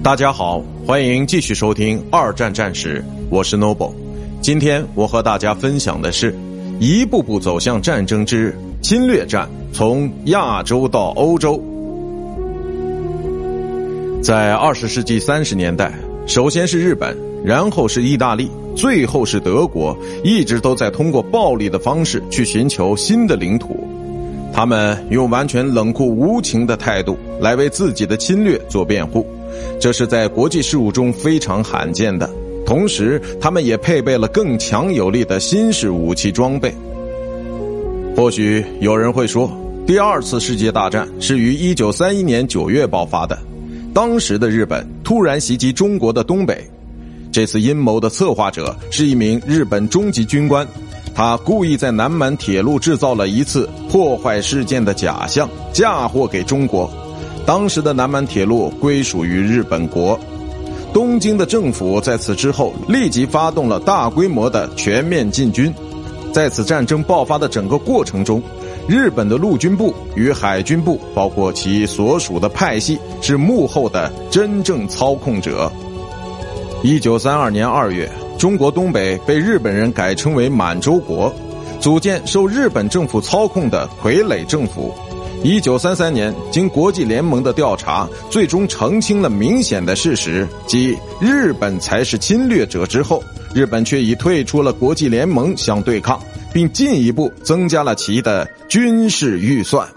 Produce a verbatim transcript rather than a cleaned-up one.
大家好，欢迎继续收听二战战史，我是 Noble。 今天我和大家分享的是一步步走向战争之侵略战，从亚洲到欧洲。在二十世纪三十年代，首先是日本，然后是意大利，最后是德国，一直都在通过暴力的方式去寻求新的领土。他们用完全冷酷无情的态度来为自己的侵略做辩护，这是在国际事务中非常罕见的。同时他们也配备了更强有力的新式武器装备。或许有人会说，第二次世界大战是于一九三一年九月爆发的，当时的日本突然袭击中国的东北。这次阴谋的策划者是一名日本中级军官，他故意在南满铁路制造了一次破坏事件的假象，嫁祸给中国。当时的南满铁路归属于日本国。东京的政府在此之后立即发动了大规模的全面进军。在此战争爆发的整个过程中，日本的陆军部与海军部包括其所属的派系是幕后的真正操控者。一九三二年二月，中国东北被日本人改称为满洲国，组建受日本政府操控的傀儡政府。一九三三年，经国际联盟的调查，最终澄清了明显的事实，即日本才是侵略者之后，日本却已退出了国际联盟相对抗，并进一步增加了其的军事预算。